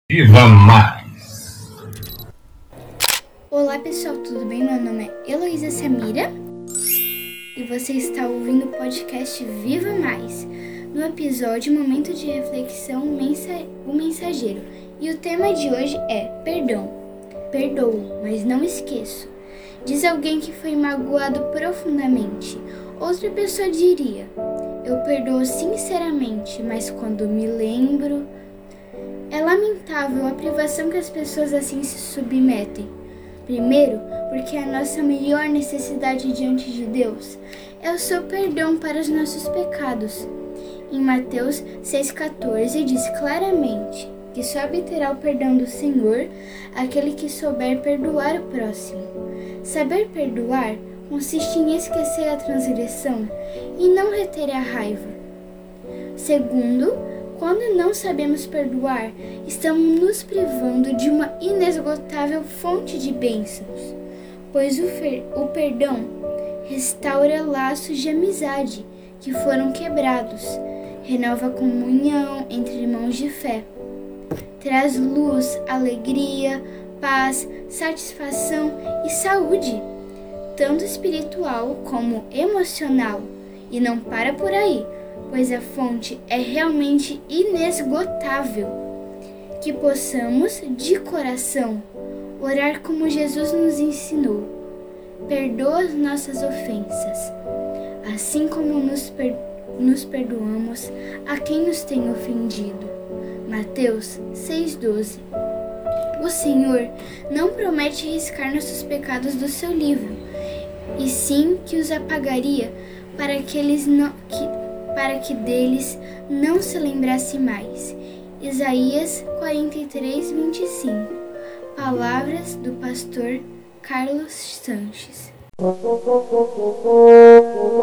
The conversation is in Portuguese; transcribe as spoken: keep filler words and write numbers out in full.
Viva Mais! Olá pessoal, tudo bem? Meu nome é Heloísa Samira e você está ouvindo o podcast Viva Mais. No episódio Momento de Reflexão, o Mensageiro. E o tema de hoje é Perdão. Perdoo, mas não esqueço. Diz alguém que foi magoado profundamente. Outra pessoa diria, eu perdoo sinceramente, mas quando me lembro... É lamentável a privação que as pessoas assim se submetem. Primeiro, porque a nossa maior necessidade diante de Deus é o seu perdão para os nossos pecados. Em Mateus seis catorze diz claramente que só obterá o perdão do Senhor aquele que souber perdoar o próximo. Saber perdoar consiste em esquecer a transgressão e não reter a raiva. Segundo, quando não sabemos perdoar, estamos nos privando de uma inesgotável fonte de bênçãos, pois o, fer- o perdão restaura laços de amizade que foram quebrados, renova a comunhão entre irmãos de fé, traz luz, alegria, paz, satisfação e saúde, tanto espiritual como emocional, e não para por aí, pois a fonte é realmente inesgotável. Que possamos, de coração, orar como Jesus nos ensinou. Perdoa as nossas ofensas, assim como nos, per- nos perdoamos a quem nos tem ofendido. Mateus seis doze. O Senhor não promete riscar nossos pecados do seu livro, e sim que os apagaria para que eles não... Que, para que deles não se lembrasse mais. Isaías quarenta e três, vinte e cinco. Palavras do pastor Carlos Sanches.